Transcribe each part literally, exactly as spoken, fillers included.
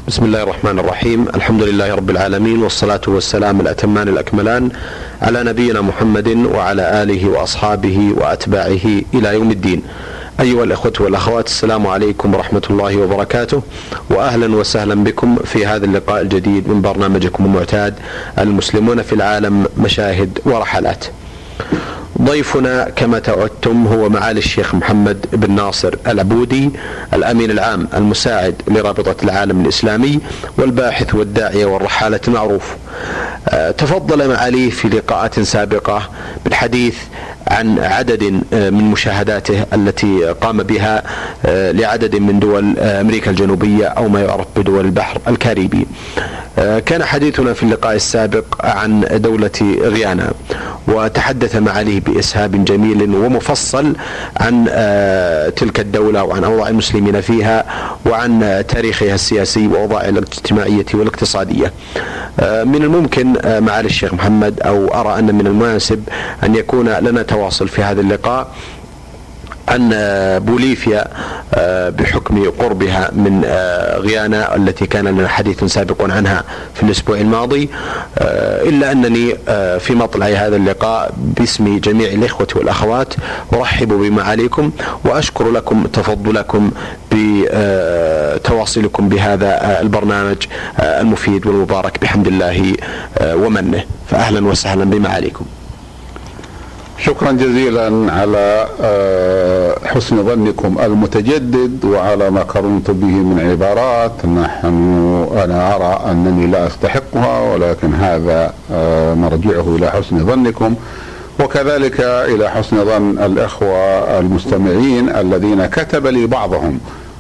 بسم الله الرحمن الرحيم. الحمد لله رب العالمين، والصلاة والسلام الأتمان الأكملان على نبينا محمد وعلى آله وأصحابه وأتباعه إلى يوم الدين. أيها الأخوة والأخوات، السلام عليكم ورحمة الله وبركاته، وأهلا وسهلا بكم في هذا اللقاء الجديد من برنامجكم المعتاد المسلمون في العالم مشاهد ورحلات. ضيفنا كما تعودتم هو معالي الشيخ محمد بن ناصر العبودي، الأمين العام المساعد لرابطة العالم الإسلامي والباحث والداعية والرحالة المعروف. تفضل معاليه في لقاءات سابقة بالحديث عن عدد من مشاهداته التي قام بها لعدد من دول أمريكا الجنوبية أو ما يعرف بدول البحر الكاريبي. كان حديثنا في اللقاء السابق عن دولة غيانا، وتحدث معاليه بإسهاب جميل ومفصل عن تلك الدولة وعن أوضاع المسلمين فيها وعن تاريخها السياسي وأوضاعها الاجتماعية والاقتصادية. من الممكن معالي الشيخ محمد، أو أرى أن من المناسب أن يكون لنا تواصل في هذا اللقاء عن بوليفيا بحكم قربها من غيانا التي كان لنا حديث سابق عنها في الأسبوع الماضي، إلا أنني في مطلع هذا اللقاء باسم جميع الإخوة والأخوات أرحب بمعاليكم وأشكر لكم تفضلكم بتواصلكم بهذا البرنامج المفيد والمبارك بحمد الله ومنه، فأهلا وسهلا بمعاليكم. شكرا جزيلا على حسن ظنكم المتجدد وعلى ما قرنت به من عبارات. نحن أنا أرى أنني لا أستحقها، ولكن هذا مرجعه إلى حسن ظنكم، وكذلك إلى حسن ظن الإخوة المستمعين الذين كتب لي بعضهم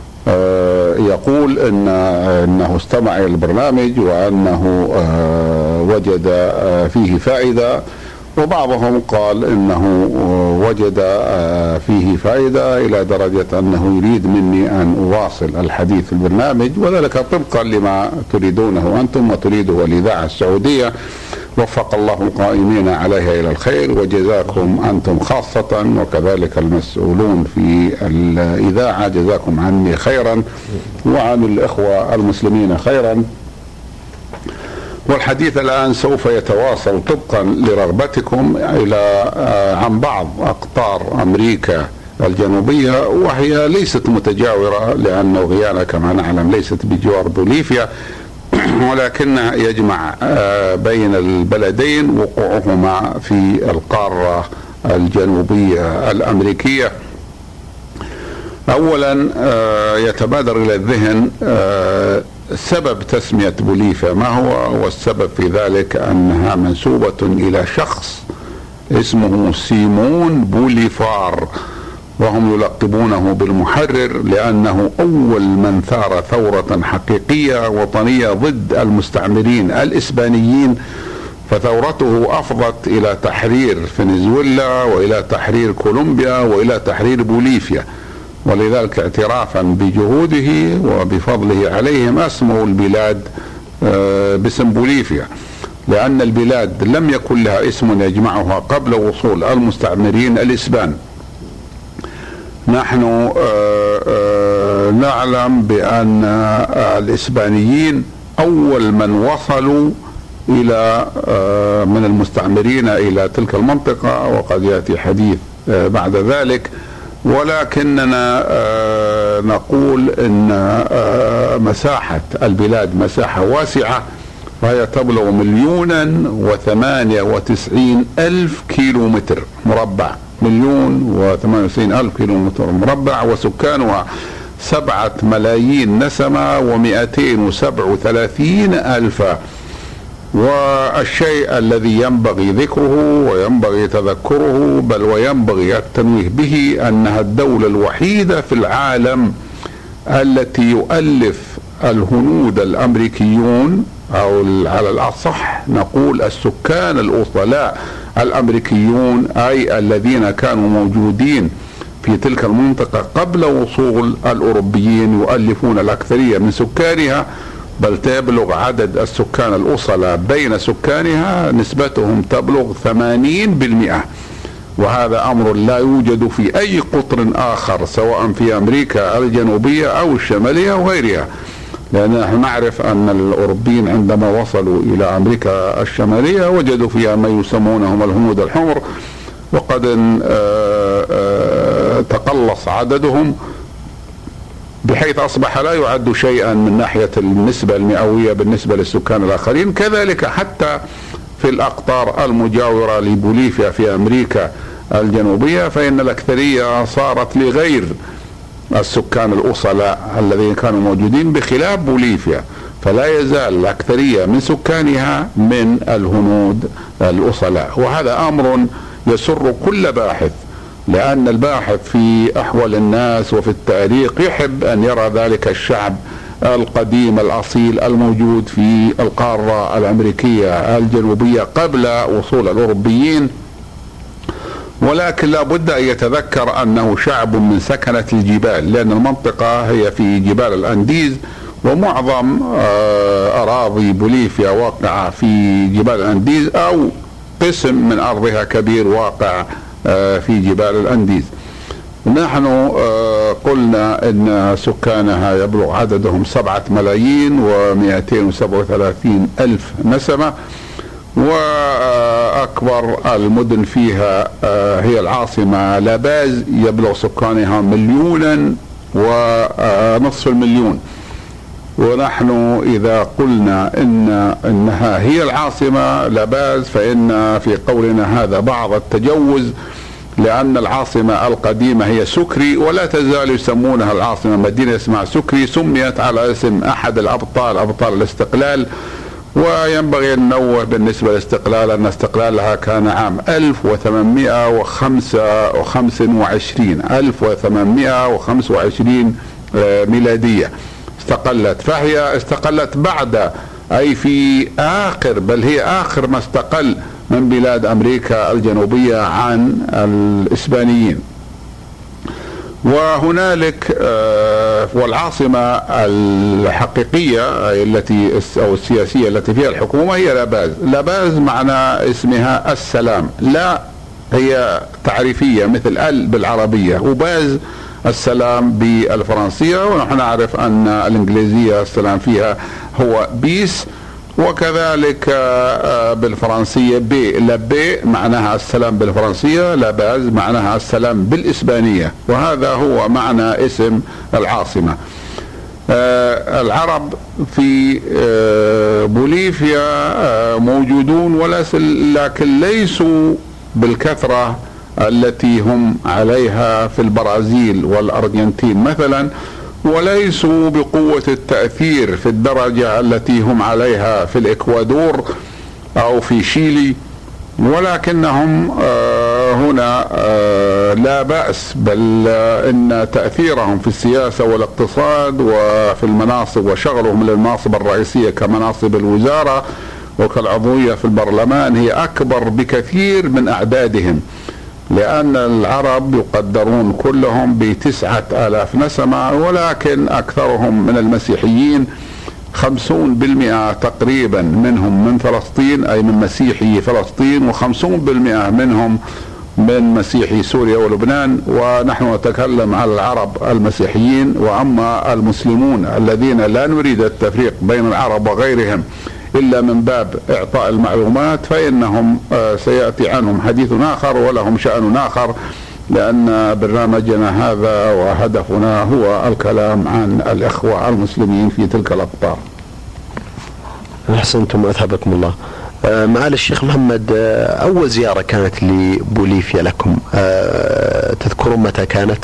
يقول إن أنه استمع إلى البرنامج وأنه وجد فيه فائدة، وبعضهم قال إنه وجد فيه فائدة إلى درجة أنه يريد مني أن أواصل الحديث في البرنامج، وذلك طبقا لما تريدونه أنتم وتريده الإذاعة السعودية. وفق الله القائمين عليها إلى الخير، وجزاكم أنتم خاصة وكذلك المسؤولون في الإذاعة جزاكم عني خيرا وعن الإخوة المسلمين خيرا. والحديث الآن سوف يتواصل طبقا لرغبتكم إلى عن بعض أقطار أمريكا الجنوبية، وهي ليست متجاورة لأن غيانا كما نعلم ليست بجوار بوليفيا، ولكنها يجمع بين البلدين وقوعهما في القارة الجنوبية الأمريكية. أولا يتبادر إلى الذهن سبب تسمية بوليفيا ما هو، والسبب في ذلك أنها منسوبة إلى شخص اسمه سيمون بوليفار، وهم يلقبونه بالمحرر لأنه أول من ثار ثورة حقيقية وطنية ضد المستعمرين الإسبانيين، فثورته أفضت إلى تحرير فنزويلا وإلى تحرير كولومبيا وإلى تحرير بوليفيا، ولذلك اعترافا بجهوده وبفضله عليهم اسموا البلاد باسم بوليفيا، لأن البلاد لم يكن لها اسم يجمعها قبل وصول المستعمرين الإسبان. نحن نعلم بأن الإسبانيين أول من وصلوا إلى من المستعمرين إلى تلك المنطقة، وقد يأتي حديث بعد ذلك، ولكننا نقول إن مساحة البلاد مساحة واسعة، وهي تبلغ مليونا وثمانية وتسعين ألف كيلو متر مربع، مليون وثمانية وتسعين ألف كيلو متر مربع، وسكانها سبعة ملايين نسمة ومئتين وسبع وثلاثين ألفا. والشيء الذي ينبغي ذكره وينبغي تذكره بل وينبغي التنويه به أنها الدولة الوحيدة في العالم التي يؤلف الهنود الأمريكيون، أو على الأصح نقول السكان الأصلاء الأمريكيون، أي الذين كانوا موجودين في تلك المنطقة قبل وصول الأوروبيين، يؤلفون الأكثرية من سكانها، بل تبلغ عدد السكان الأصلاء بين سكانها نسبتهم تبلغ ثمانين بالمئة، وهذا أمر لا يوجد في أي قطر آخر سواء في أمريكا الجنوبية أو الشمالية وغيرها. لأن نحن نعرف أن الأوروبيين عندما وصلوا إلى أمريكا الشمالية وجدوا فيها ما يسمونهم الهنود الحمر، وقد تقلص عددهم بحيث أصبح لا يعد شيئا من ناحية النسبة المئوية بالنسبة للسكان الآخرين. كذلك حتى في الأقطار المجاورة لبوليفيا في أمريكا الجنوبية فإن الأكثرية صارت لغير السكان الأصلاء الذين كانوا موجودين، بخلاف بوليفيا فلا يزال الأكثرية من سكانها من الهنود الأصلاء. وهذا أمر يسر كل باحث، لأن الباحث في أحوال الناس وفي التاريخ يحب أن يرى ذلك الشعب القديم الأصيل الموجود في القارة الأمريكية الجنوبية قبل وصول الأوروبيين. ولكن لا بد أن يتذكر أنه شعب من سكنة الجبال، لأن المنطقة هي في جبال الأنديز، ومعظم أراضي بوليفيا واقعة في جبال الأنديز، أو قسم من أرضها كبير واقع في جبال الأنديز. نحن قلنا أن سكانها يبلغ عددهم سبعة ملايين ومئتين وسبعة وثلاثين ألف نسمة، وأكبر المدن فيها هي العاصمة لاباز يبلغ سكانها مليونا ونصف المليون. ونحن إذا قلنا إن إنها هي العاصمة لاباز فإن في قولنا هذا بعض التجوز، لأن العاصمة القديمة هي سكري، ولا تزال يسمونها العاصمة مدينة اسمها سكري، سميت على اسم أحد الأبطال أبطال الاستقلال. وينبغي أن ننوه بالنسبة للاستقلال أن استقلالها كان عام ألف وثمانمئة وخمسة وعشرين ألف وثمانمئة وخمسة وعشرين ميلادية استقلت، فهي استقلت بعد أي في آخر، بل هي آخر ما استقل من بلاد أمريكا الجنوبية عن الإسبانيين. وهنالك والعاصمة الحقيقية التي أو السياسية التي فيها الحكومة هي لاباز. لاباز معنى اسمها السلام، لا هي تعريفية مثل ال بالعربية، وباز السلام بالفرنسية، ونحن نعرف أن الإنجليزية السلام فيها هو بيس، وكذلك بالفرنسية بي لبي معناها السلام بالفرنسية، لاباز معناها السلام بالإسبانية، وهذا هو معنى اسم العاصمة. العرب في بوليفيا موجودون ولكن ليسوا بالكثرة التي هم عليها في البرازيل والأرجنتين مثلا، وليسوا بقوة التأثير في الدرجة التي هم عليها في الإكوادور أو في شيلي، ولكنهم هنا لا بأس، بل إن تأثيرهم في السياسة والاقتصاد وفي المناصب وشغلهم للمناصب الرئيسية كمناصب الوزارة وكالعضوية في البرلمان هي أكبر بكثير من أعدادهم، لأن العرب يقدرون كلهم بتسعة آلاف نسمة، ولكن أكثرهم من المسيحيين، خمسون بالمئة تقريبا منهم من فلسطين أي من مسيحي فلسطين، وخمسون بالمئة منهم من مسيحي سوريا ولبنان. ونحن نتكلم على العرب المسيحيين، وأما المسلمون الذين لا نريد التفريق بين العرب وغيرهم إلا من باب إعطاء المعلومات، فإنهم سيأتي عنهم حديث آخر ولهم شأن آخر، لأن برنامجنا هذا وهدفنا هو الكلام عن الإخوة المسلمين في تلك الأقطار. أحسنتم أثابكم الله. معالي الشيخ محمد، أول زيارة كانت لبوليفيا لكم تذكرون متى كانت؟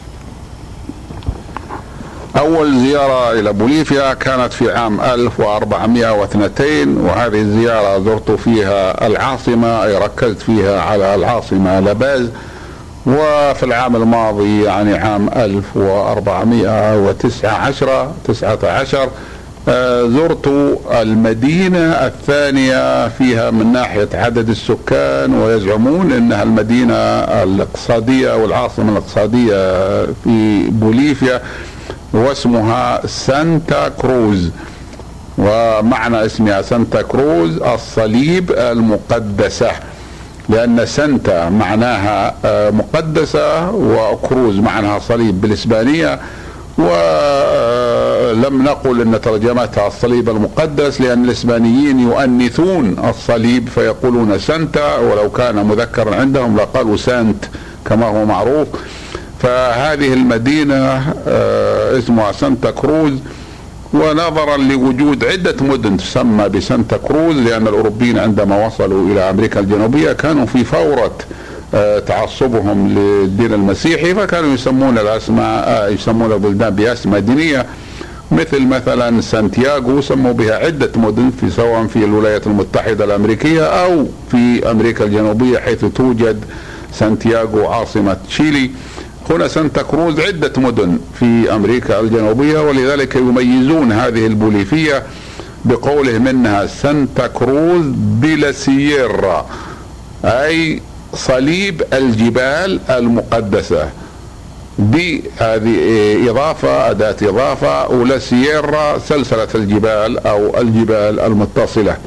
أول زيارة إلى بوليفيا كانت في عام ألف وأربعمئة واثنين، وهذه الزيارة زرت فيها العاصمة، أي ركزت فيها على العاصمة لاباز. وفي العام الماضي يعني عام ألف وأربعمئة وتسعة عشر تسعة عشر زرت المدينة الثانية فيها من ناحية عدد السكان، ويزعمون أنها المدينة الاقتصادية والعاصمة الاقتصادية في بوليفيا، واسمها سانتا كروز، ومعنى اسمها سانتا كروز الصليب المقدسة، لأن سانتا معناها مقدسة وكروز معناها صليب بالإسبانية. لم نقل ان ترجمتها الصليب المقدس، لان الاسبانيين يؤنثون الصليب فيقولون سانتا، ولو كان مذكرا عندهم لقالوا سانت كما هو معروف. فهذه المدينة اسمها سانتا كروز، ونظرا لوجود عدة مدن تسمى بسانتا كروز، لأن الأوروبيين عندما وصلوا إلى أمريكا الجنوبية كانوا في فورة تعصبهم للدين المسيحي، فكانوا يسمون الأسماء يسمون البلدان بأسماء دينية، مثل مثلا سانتياغو سموا بها عدة مدن في سواء في الولايات المتحدة الأمريكية أو في أمريكا الجنوبية، حيث توجد سانتياغو عاصمة تشيلي. هنا سانتا كروز عدة مدن في أمريكا الجنوبية، ولذلك يميزون هذه البوليفية بقولهم إنها سانتا كروز بلا سييرا، أي صليب الجبال المقدسة. بهذه إضافة أداة إضافة، ولا سييرا سلسلة الجبال أو الجبال المتصلة.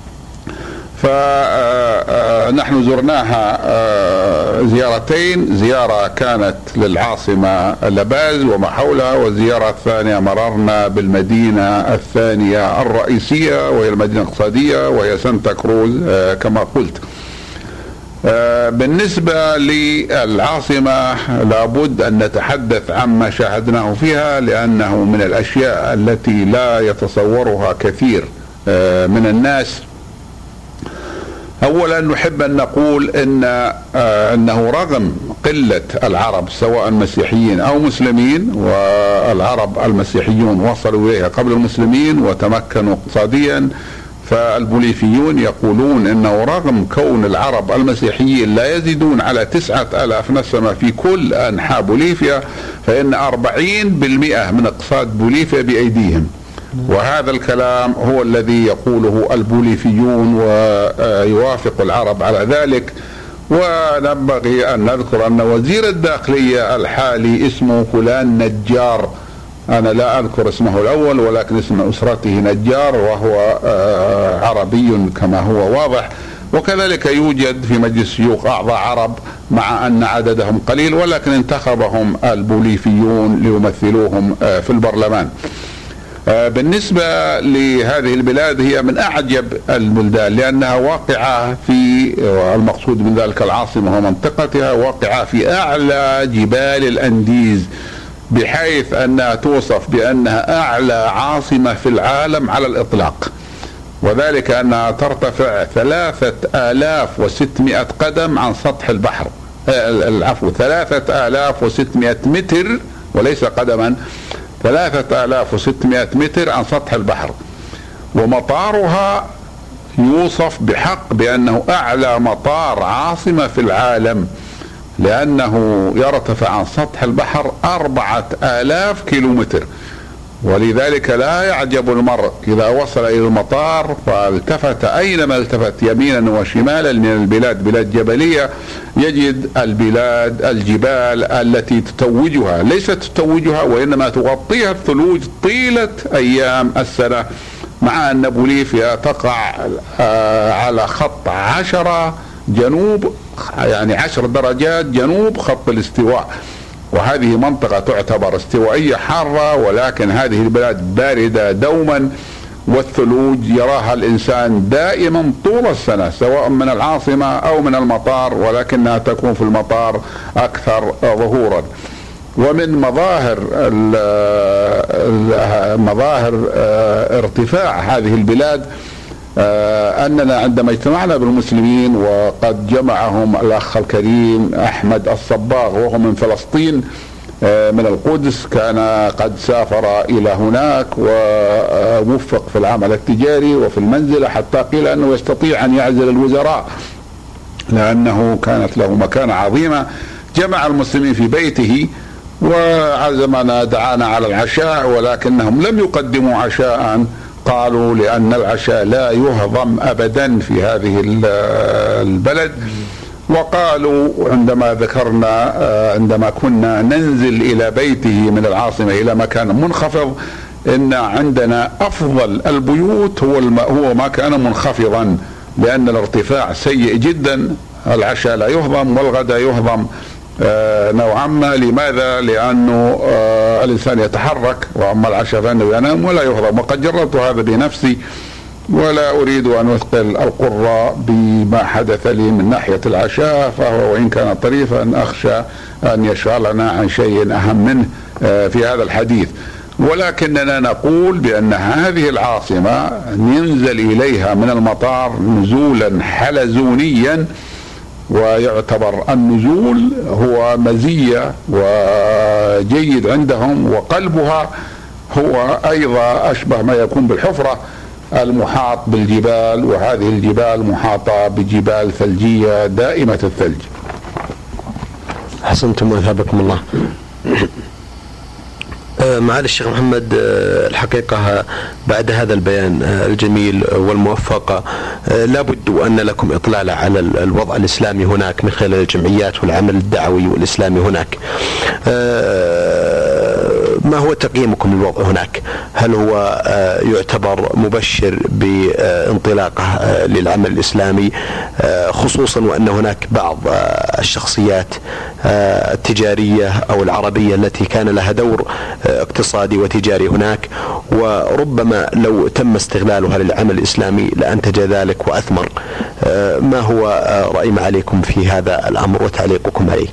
فنحن زرناها زيارتين، زيارة كانت للعاصمة لاباز وما حولها، والزيارة الثانية مررنا بالمدينة الثانية الرئيسية وهي المدينة الاقتصادية وهي سانتا كروز كما قلت. بالنسبة للعاصمة لابد أن نتحدث عما شاهدناه فيها، لأنه من الأشياء التي لا يتصورها كثير من الناس. أولا نحب أن نقول إن آه أنه رغم قلة العرب سواء مسيحيين أو مسلمين، والعرب المسيحيون وصلوا إليها قبل المسلمين وتمكنوا اقتصاديا، فالبوليفيون يقولون إنه رغم كون العرب المسيحيين لا يزيدون على تسعة آلاف نسمة في كل أنحاء بوليفيا، فإن أربعين بالمئة من اقتصاد بوليفيا بأيديهم. وهذا الكلام هو الذي يقوله البوليفيون ويوافق العرب على ذلك. ونبغي أن نذكر أن وزير الداخلية الحالي اسمه فلان نجار، أنا لا أذكر اسمه الأول ولكن اسم أسرته نجار، وهو عربي كما هو واضح. وكذلك يوجد في مجلس الشيوخ أعضاء عرب مع أن عددهم قليل، ولكن انتخبهم البوليفيون ليمثلوهم في البرلمان. بالنسبة لهذه البلاد هي من أعجب البلدان، لأنها واقعة في، المقصود من ذلك العاصمة ومنطقتها، واقعة في أعلى جبال الأنديز، بحيث أنها توصف بأنها أعلى عاصمة في العالم على الإطلاق، وذلك أنها ترتفع ثلاثة آلاف وستمائة قدم عن سطح البحر، العفو ثلاثة آلاف وستمائة متر وليس قدما، ثلاثة آلاف وستمائة متر عن سطح البحر. ومطارها يوصف بحق بأنه أعلى مطار عاصمة في العالم، لأنه يرتفع عن سطح البحر أربعة آلاف كيلومتر. ولذلك لا يعجب المرء إذا وصل إلى المطار فالتفت أينما التفت يمينا وشمالا من البلاد، بلاد جبلية، يجد البلاد الجبال التي تتوجها، ليست تتوجها وإنما تغطيها الثلوج طيلة أيام السنة، مع أن بوليفيا تقع على خط عشرة جنوب، يعني عشر درجات جنوب خط الاستواء، وهذه منطقة تعتبر استوائية حارة، ولكن هذه البلاد باردة دوما، والثلوج يراها الإنسان دائما طول السنة سواء من العاصمة أو من المطار، ولكنها تكون في المطار أكثر ظهورا. ومن مظاهر مظاهر ارتفاع هذه البلاد أننا عندما اجتمعنا بالمسلمين، وقد جمعهم الأخ الكريم أحمد الصباغ وهو من فلسطين من القدس، كان قد سافر إلى هناك ووفق في العمل التجاري وفي المنزلة، حتى قيل أنه يستطيع أن يعزل الوزراء لأنه كانت له مكانة عظيمة. جمع المسلمين في بيته وعزمنا، دعانا على العشاء، ولكنهم لم يقدموا عشاء، قالوا لأن العشاء لا يهضم أبدا في هذه البلد. وقالوا عندما ذكرنا عندما كنا ننزل إلى بيته من العاصمة إلى مكان منخفض، إن عندنا أفضل البيوت هو هو ما كان منخفضا، لأن الارتفاع سيء جدا، العشاء لا يهضم والغداء يهضم، نوعا ما. لماذا؟ لأنه الإنسان يتحرك، وأما العشاء فإنه ينام ولا يهضم، وقد جربت هذا بنفسي ولا أريد أن أثقل القراء بما حدث لي من ناحية العشاء، فهو وإن كان طريفا أخشى أن يشغلنا عن شيء أهم منه في هذا الحديث. ولكننا نقول بأن هذه العاصمة ينزل إليها من المطار نزولا حلزونيا، ويعتبر النزول هو مزية وجيد عندهم، وقلبها هو أيضا أشبه ما يكون بالحفرة المحاط بالجبال، وهذه الجبال محاطة بجبال ثلجية دائمة الثلج. حسنتم وأثابكم الله. معالي الشيخ محمد، الحقيقة بعد هذا البيان الجميل والموفق لابد وأن لكم إطلالة على الوضع الإسلامي هناك من خلال الجمعيات والعمل الدعوي والإسلامي هناك. ما هو تقييمكم للوضع هناك؟ هل هو يعتبر مبشر بانطلاقه للعمل الإسلامي، خصوصا وأن هناك بعض الشخصيات التجارية أو العربية التي كان لها دور اقتصادي وتجاري هناك، وربما لو تم استغلالها للعمل الإسلامي لأنتج ذلك وأثمر؟ ما هو رأي معاليكم في هذا الأمر وتعليقكم عليه؟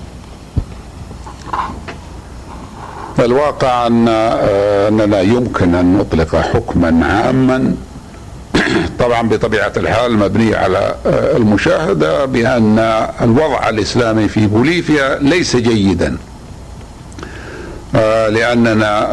الواقع أن أننا يمكن أن نطلق حكما عاما طبعا بطبيعة الحال مبني على المشاهدة بأن الوضع الإسلامي في بوليفيا ليس جيدا، لأننا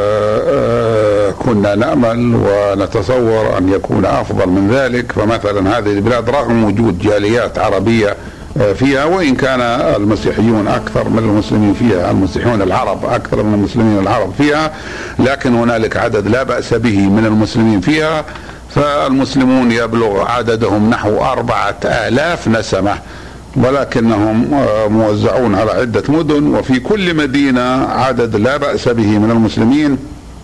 كنا نأمل ونتصور أن يكون أفضل من ذلك. فمثلا هذه البلاد رغم وجود جاليات عربية فيها، وإن كان المسيحيون أكثر من المسلمين فيها، المسيحيون العرب أكثر من المسلمين العرب فيها، لكن هنالك عدد لا بأس به من المسلمين فيها. فالمسلمون يبلغ عددهم نحو أربعة آلاف نسمة، ولكنهم موزعون على عدة مدن، وفي كل مدينة عدد لا بأس به من المسلمين.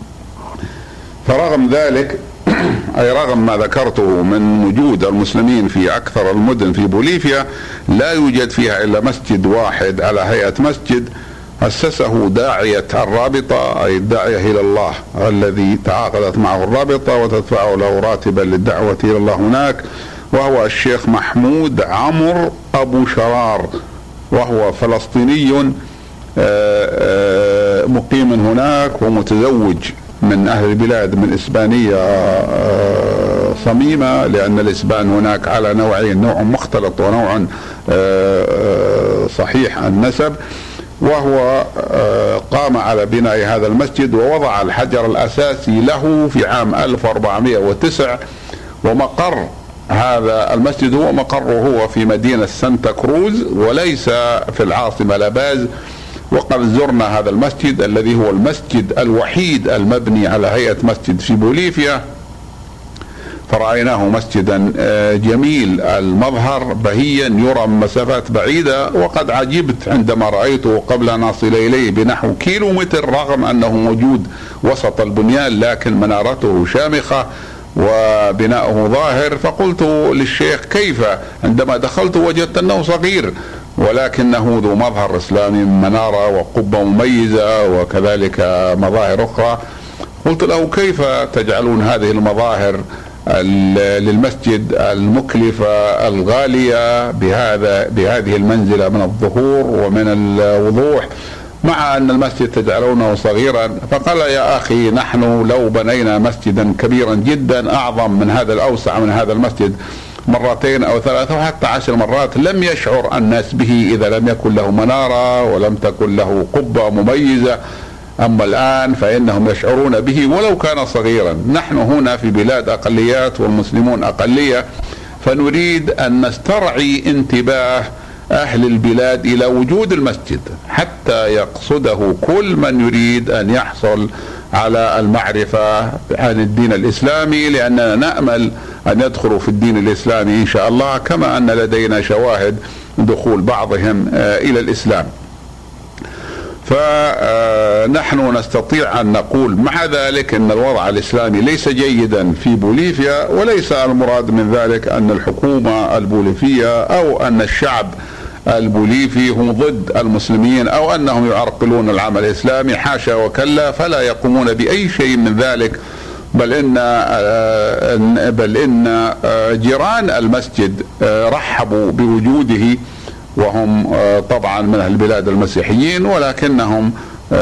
فرغم ذلك، أي رغم ما ذكرته من وجود المسلمين في أكثر المدن في بوليفيا، لا يوجد فيها إلا مسجد واحد على هيئة مسجد أسسه داعية الرابطة، أي الداعية إلى الله الذي تعاقدت معه الرابطة وتدفع له راتبا للدعوة إلى الله هناك، وهو الشيخ محمود عمر أبو شرار، وهو فلسطيني مقيم هناك ومتزوج من أهل البلاد من إسبانية صميمة، لأن الإسبان هناك على نوعين، نوع مختلط ونوع صحيح النسب. وهو قام على بناء هذا المسجد ووضع الحجر الأساسي له في عام ألف وأربعمائة وتسعة، ومقر هذا المسجد هو مقره هو في مدينة سانتا كروز وليس في العاصمة لاباز. وقد زرنا هذا المسجد الذي هو المسجد الوحيد المبني على هيئة مسجد في بوليفيا، فرأيناه مسجدا جميل المظهر بهيا يرى من مسافات بعيدة، وقد عجبت عندما رأيته قبل أن أصل إليه بنحو كيلو متر، رغم أنه موجود وسط البنيان لكن منارته شامخة وبناؤه ظاهر. فقلت للشيخ كيف؟ عندما دخلت وجدت أنه صغير ولكنه ذو مظهر إسلامي، منارة وقبة مميزة وكذلك مظاهر أخرى. قلت له كيف تجعلون هذه المظاهر للمسجد المكلفة الغالية بهذا بهذه المنزلة من الظهور ومن الوضوح، مع أن المسجد تجعلونه صغيرا؟ فقال يا أخي نحن لو بنينا مسجدا كبيرا جدا أعظم من هذا الأوسع من هذا المسجد مرتين أو ثلاثة وحتى عشر مرات لم يشعر الناس به إذا لم يكن له منارة ولم تكن له قبة مميزة. أما الآن فإنهم يشعرون به ولو كان صغيرا. نحن هنا في بلاد أقليات والمسلمون أقلية، فنريد أن نسترعي انتباه أهل البلاد إلى وجود المسجد حتى يقصده كل من يريد أن يحصل على المعرفة عن الدين الإسلامي، لأننا نأمل أن يدخلوا في الدين الإسلامي إن شاء الله، كما أن لدينا شواهد دخول بعضهم إلى الإسلام. فنحن نستطيع أن نقول مع ذلك أن الوضع الإسلامي ليس جيدا في بوليفيا، وليس المراد من ذلك أن الحكومة البوليفية أو أن الشعب البوليفي هم ضد المسلمين أو أنهم يعرقلون العمل الإسلامي، حاشا وكلا، فلا يقومون بأي شيء من ذلك، بل إن بل إن جيران المسجد رحبوا بوجوده، وهم طبعا من أهل البلاد المسيحيين، ولكنهم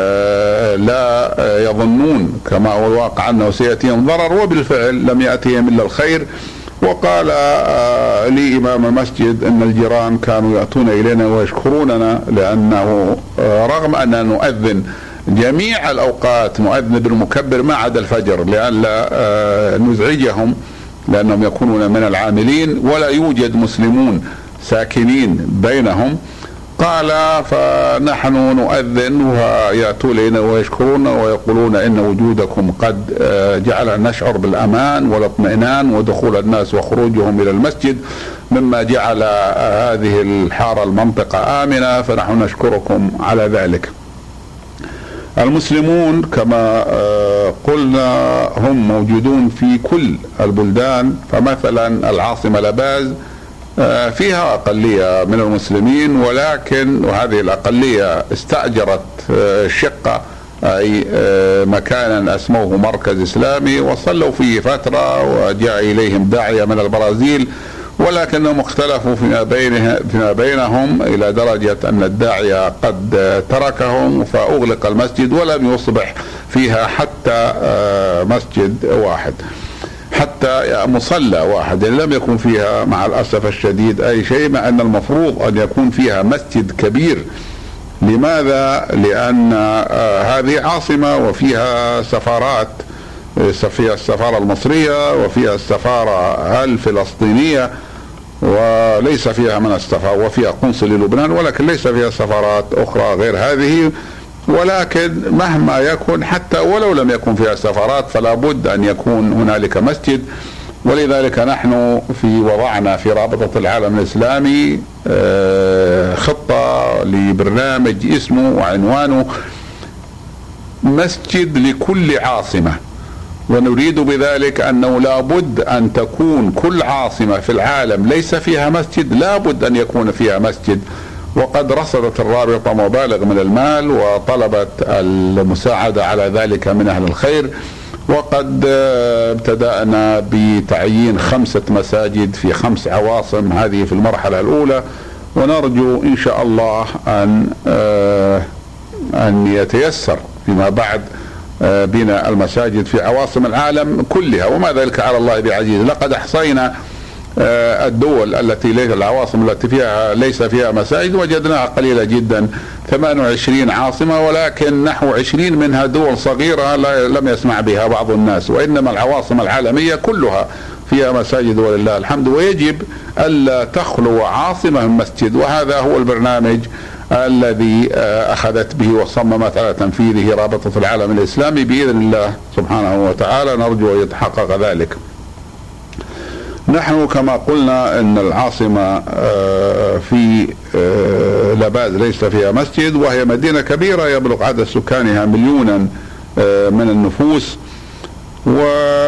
لا يظنون كما هو الواقع أنه سيأتيهم ضرر، وبالفعل لم يأتيهم إلا الخير. وقال لي إمام المسجد أن الجيران كانوا يأتون إلينا ويشكروننا، لأنه رغم أننا نؤذن جميع الأوقات نؤذن بالمكبر ما عدا الفجر لئلا نزعجهم، لأنهم يكونون من العاملين ولا يوجد مسلمون ساكنين بينهم. قال فنحن نؤذن ويأتون إلينا ويشكرون ويقولون إن وجودكم قد جعلنا نشعر بالأمان والاطمئنان ودخول الناس وخروجهم إلى المسجد مما جعل هذه الحارة المنطقة آمنة، فنحن نشكركم على ذلك. المسلمون كما قلنا هم موجودون في كل البلدان، فمثلا العاصمة لاباز فيها أقلية من المسلمين، ولكن وهذه الأقلية استأجرت شقة أي مكانا أسموه مركز إسلامي، وصلوا فيه فترة وجاء إليهم داعية من البرازيل، ولكنهم اختلفوا فيما بينه فيما بينهم إلى درجة أن الداعية قد تركهم فأغلق المسجد، ولم يصبح فيها حتى مسجد واحد، حتى مصلى واحد، يعني لم يكن فيها مع الأسف الشديد أي شيء، مع أن المفروض أن يكون فيها مسجد كبير. لماذا؟ لأن هذه عاصمة وفيها سفارات، فيها السفارة المصرية وفيها السفارة الفلسطينية، وليس فيها من السفارة، وفيها قنصل لبنان، ولكن ليس فيها سفارات أخرى غير هذه. ولكن مهما يكن حتى ولو لم يكن فيها سفارات فلا بد أن يكون هنالك مسجد. ولذلك نحن في وضعنا في رابطة العالم الإسلامي خطة لبرنامج اسمه وعنوانه مسجد لكل عاصمة، ونريد بذلك أنه لا بد أن تكون كل عاصمة في العالم ليس فيها مسجد لا بد أن يكون فيها مسجد. وقد رصدت الرابطة مبالغ من المال وطلبت المساعدة على ذلك من أهل الخير، وقد ابتدأنا بتعيين خمسة مساجد في خمس عواصم، هذه في المرحلة الأولى، ونرجو إن شاء الله أن أن يتيسر فيما بعد بناء المساجد في عواصم العالم كلها، وما ذلك على الله بعزيز. لقد أحصينا الدول التي ليس العواصم التي فيها ليس فيها مساجد وجدناها قليلة جدا، ثمانية وعشرين عاصمة، ولكن نحو عشرين منها دول صغيرة لم يسمع بها بعض الناس، وإنما العواصم العالمية كلها فيها مساجد ولله الحمد، ويجب ألا تخلو عاصمة من مسجد. وهذا هو البرنامج الذي أخذت به وصممت على تنفيذه رابطة العالم الإسلامي بإذن الله سبحانه وتعالى، نرجو أن يتحقق ذلك. نحن كما قلنا أن العاصمة في لاباز ليس فيها مسجد، وهي مدينة كبيرة يبلغ عدد سكانها مليونا من النفوس، و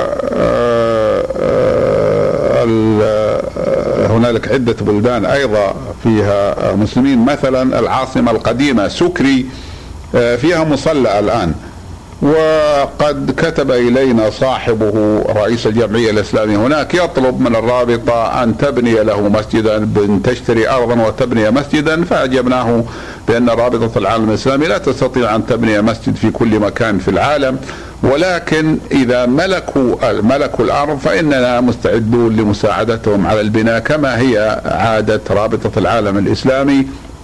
هنالك عدة بلدان أيضا فيها مسلمين، مثلا العاصمة القديمة سكري فيها مصلى الآن، وقد كتب إلينا صاحبه رئيس الجمعية الإسلامية هناك يطلب من الرابطة أن تبني له مسجدا، بأن تشتري أرضا وتبني مسجدا، فأجبناه بأن رابطة العالم الإسلامي لا تستطيع أن تبني مسجد في كل مكان في العالم، ولكن إذا ملكوا ملكوا الأرض فإننا مستعدون لمساعدتهم على البناء كما هي عادة رابطة العالم الإسلامي.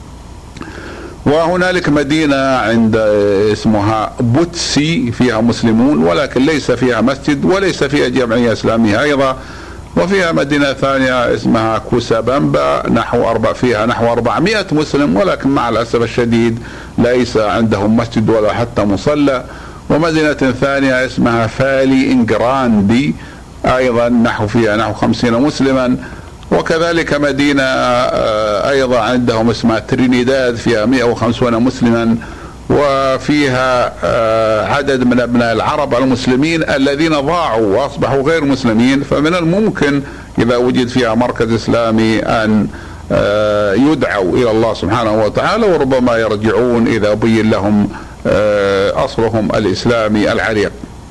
وهنالك مدينة عند اسمها بوتسي فيها مسلمون ولكن ليس فيها مسجد وليس فيها جمعية إسلامية أيضا. وفيها مدينة ثانية اسمها كوسابامبا نحو أربع فيها نحو أربعمائة مسلم، ولكن مع الأسف الشديد ليس عندهم مسجد ولا حتى مصلى. ومدينة ثانية اسمها فالي إنجراندي أيضا نحو فيها نحو خمسين مسلما. وكذلك مدينة أيضا عندهم اسمها ترينيداد فيها مئة وخمسين مسلما، وفيها عدد من أبناء العرب المسلمين الذين ضاعوا وأصبحوا غير مسلمين، فمن الممكن إذا وجد فيها مركز إسلامي أن يدعوا إلى الله سبحانه وتعالى، وربما يرجعون إذا بين لهم أصلهم الإسلامي العريق.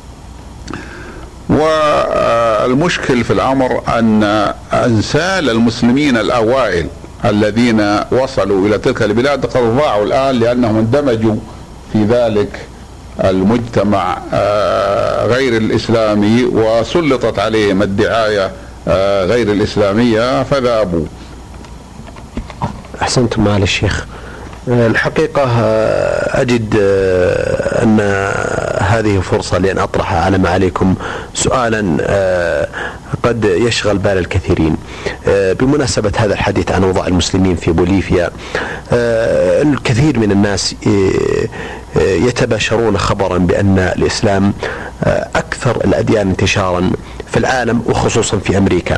والمشكل في الأمر أن أنسال المسلمين الأوائل الذين وصلوا إلى تلك البلاد قد ضاعوا الآن، لأنهم اندمجوا في ذلك المجتمع غير الإسلامي وسلطت عليهم الدعاية غير الإسلامية فذابوا. أحسنتم معالي الشيخ. الحقيقة أجد أن هذه فرصة لأن أطرح على معاليكم سؤالا قد يشغل بال الكثيرين بمناسبة هذا الحديث عن وضع المسلمين في بوليفيا. الكثير من الناس يتباشرون خبرا بأن الإسلام أكثر الأديان انتشارا في العالم وخصوصا في أمريكا،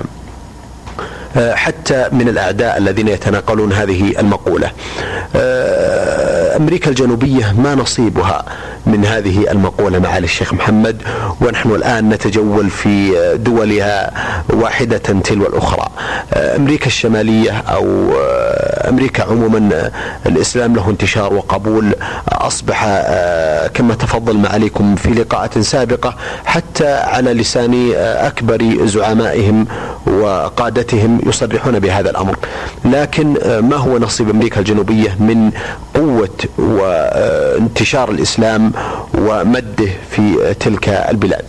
حتى من الأعداء الذين يتناقلون هذه المقولة. أمريكا الجنوبية ما نصيبها من هذه المقولة معالي الشيخ محمد، ونحن الآن نتجول في دولها واحدة تلو الأخرى. أمريكا الشمالية أو أمريكا عموما الإسلام له انتشار وقبول، أصبح كما تفضل معاليكم في لقاءات سابقة حتى على لسان أكبر زعمائهم وقادتهم يصرحون بهذا الأمر. لكن ما هو نصيب أمريكا الجنوبية من قوة وانتشار الإسلام ومده في تلك البلاد؟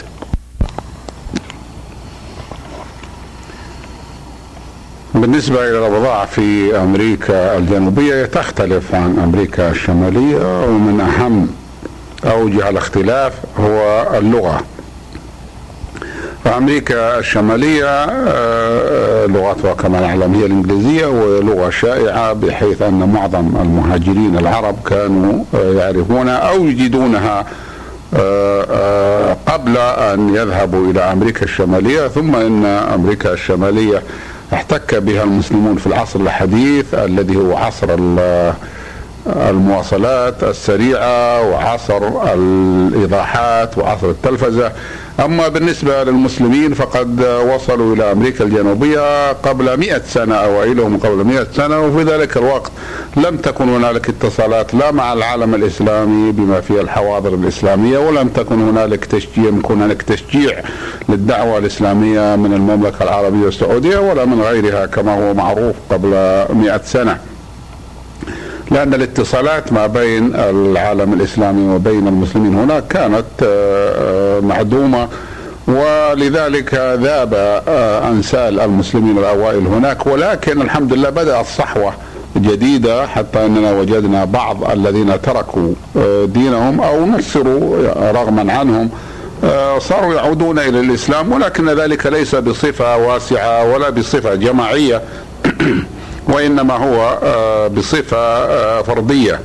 بالنسبة إلى الوضع في أمريكا الجنوبية تختلف عن أمريكا الشمالية، ومن أهم أوجه الاختلاف هو اللغة. فأمريكا الشمالية لغتها كما نعلم هي الإنجليزية، ولغة شائعة بحيث أن معظم المهاجرين العرب كانوا يعرفونها أو يجدونها قبل أن يذهبوا إلى أمريكا الشمالية. ثم إن أمريكا الشمالية احتك بها المسلمون في العصر الحديث الذي هو عصر المواصلات السريعة وعصر الإيضاحات وعصر التلفزة. أما بالنسبة للمسلمين فقد وصلوا إلى أمريكا الجنوبية قبل مئة سنة، أوائلهم قبل مئة سنة، وفي ذلك الوقت لم تكن هنالك اتصالات لا مع العالم الإسلامي بما فيه الحواضر الإسلامية، ولم تكن هنالك تشجيع يكون هنالك تشجيع للدعوة الإسلامية من المملكة العربية السعودية ولا من غيرها كما هو معروف قبل مئة سنة، لأن الاتصالات ما بين العالم الإسلامي وبين المسلمين هناك كانت معدومة، ولذلك ذاب أنسال المسلمين الأوائل هناك. ولكن الحمد لله بدأت صحوة جديدة، حتى أننا وجدنا بعض الذين تركوا دينهم أو نصروا رغما عنهم صاروا يعودون إلى الإسلام، ولكن ذلك ليس بصفة واسعة ولا بصفة جماعية، وإنما هو بصفة فردية.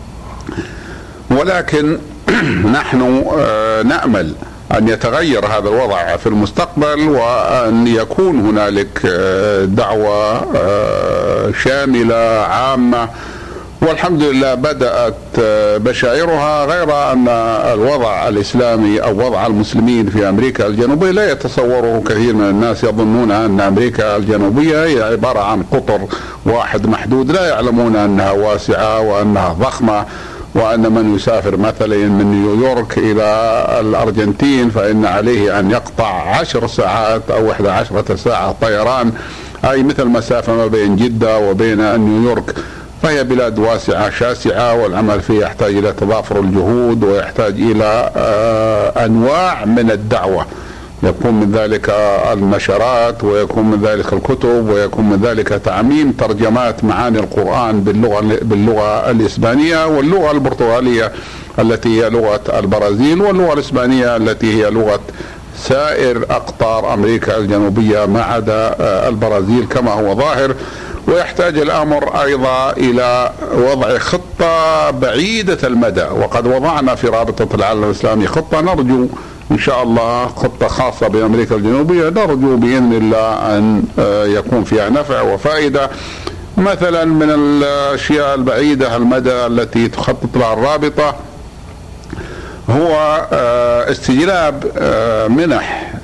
ولكن نحن نأمل أن يتغير هذا الوضع في المستقبل، وأن يكون هنالك دعوة شاملة عامة، والحمد لله بدأت بشائرها، غير أن الوضع الإسلامي أو وضع المسلمين في أمريكا الجنوبية لا يتصوره كثير من الناس. يظنون أن أمريكا الجنوبية هي عبارة عن قطر واحد محدود، لا يعلمون أنها واسعة وأنها ضخمة، وأن من يسافر مثلا من نيويورك إلى الأرجنتين فإن عليه أن يقطع عشر ساعات أو إحدى عشرة ساعة طيران، أي مثل مسافة ما بين جدة وبين نيويورك. فهي بلاد واسعة شاسعة، والعمل فيها يحتاج إلى تضافر الجهود ويحتاج إلى أنواع من الدعوة، يكون من ذلك النشرات، ويكون من ذلك الكتب، ويكون من ذلك تعميم ترجمات معاني القرآن باللغة باللغة الإسبانية واللغة البرتغالية التي هي لغة البرازيل، واللغة الإسبانية التي هي لغة سائر أقطار أمريكا الجنوبية ما عدا البرازيل كما هو ظاهر. ويحتاج الأمر أيضا إلى وضع خطة بعيدة المدى، وقد وضعنا في رابطة العالم الإسلامي خطة، نرجو إن شاء الله خطة خاصة بأمريكا الجنوبية، نرجو بإذن الله أن يكون فيها نفع وفائدة. مثلا من الأشياء البعيدة المدى التي تخطط لها الرابطة هو استجلاب منح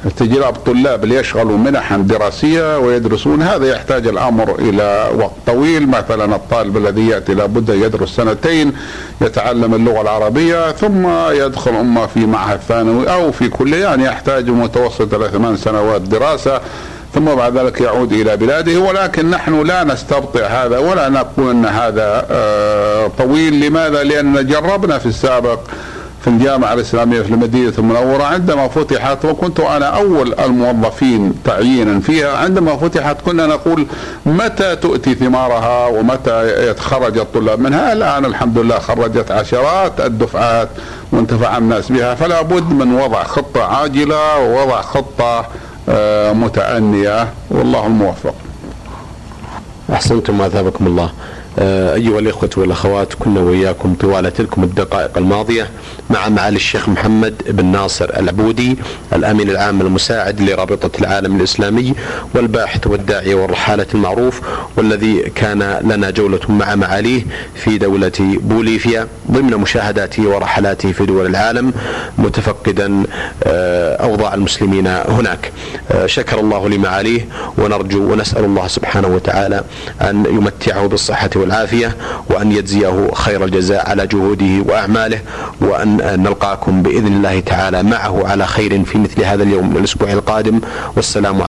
استجلاب طلاب ليشغلوا منحا دراسية ويدرسون، هذا يحتاج الأمر إلى وقت طويل. مثلا الطالب الذي يأتي لابد يدرس سنتين يتعلم اللغة العربية ثم يدخل أما في معهد ثانوي أو في كلية، يعني يحتاج متوسط إلى ثمان سنوات دراسة ثم بعد ذلك يعود إلى بلاده. ولكن نحن لا نستبطئ هذا ولا نقول أن هذا طويل. لماذا؟ لأن جربنا في السابق في الجامعة الإسلامية في المدينة المنورة عندما فتحت، وكنت أنا أول الموظفين تعيينا فيها. عندما فتحت كنا نقول متى تؤتي ثمارها ومتى يتخرج الطلاب منها. الآن الحمد لله خرجت عشرات الدفعات وانتفع الناس بها. فلا بد من وضع خطة عاجلة ووضع خطة متأنية، والله الموفق. أحسنتم وأثابكم الله. أيها الإخوة والأخوات، كنا وإياكم طوال تلكم الدقائق الماضية مع معالي الشيخ محمد بن ناصر العبودي، الأمين العام المساعد لرابطة العالم الإسلامي والباحث والداعية والرحالة المعروف، والذي كان لنا جولة مع معاليه في دولة بوليفيا ضمن مشاهداته ورحلاته في دول العالم متفقدا أوضاع المسلمين هناك. شكر الله لمعاليه، ونرجو ونسأل الله سبحانه وتعالى أن يمتعه بالصحة والعافية، وأن يجزيه خير الجزاء على جهوده وأعماله، وأن نلقاكم بإذن الله تعالى معه على خير في مثل هذا اليوم من الأسبوع القادم. والسلام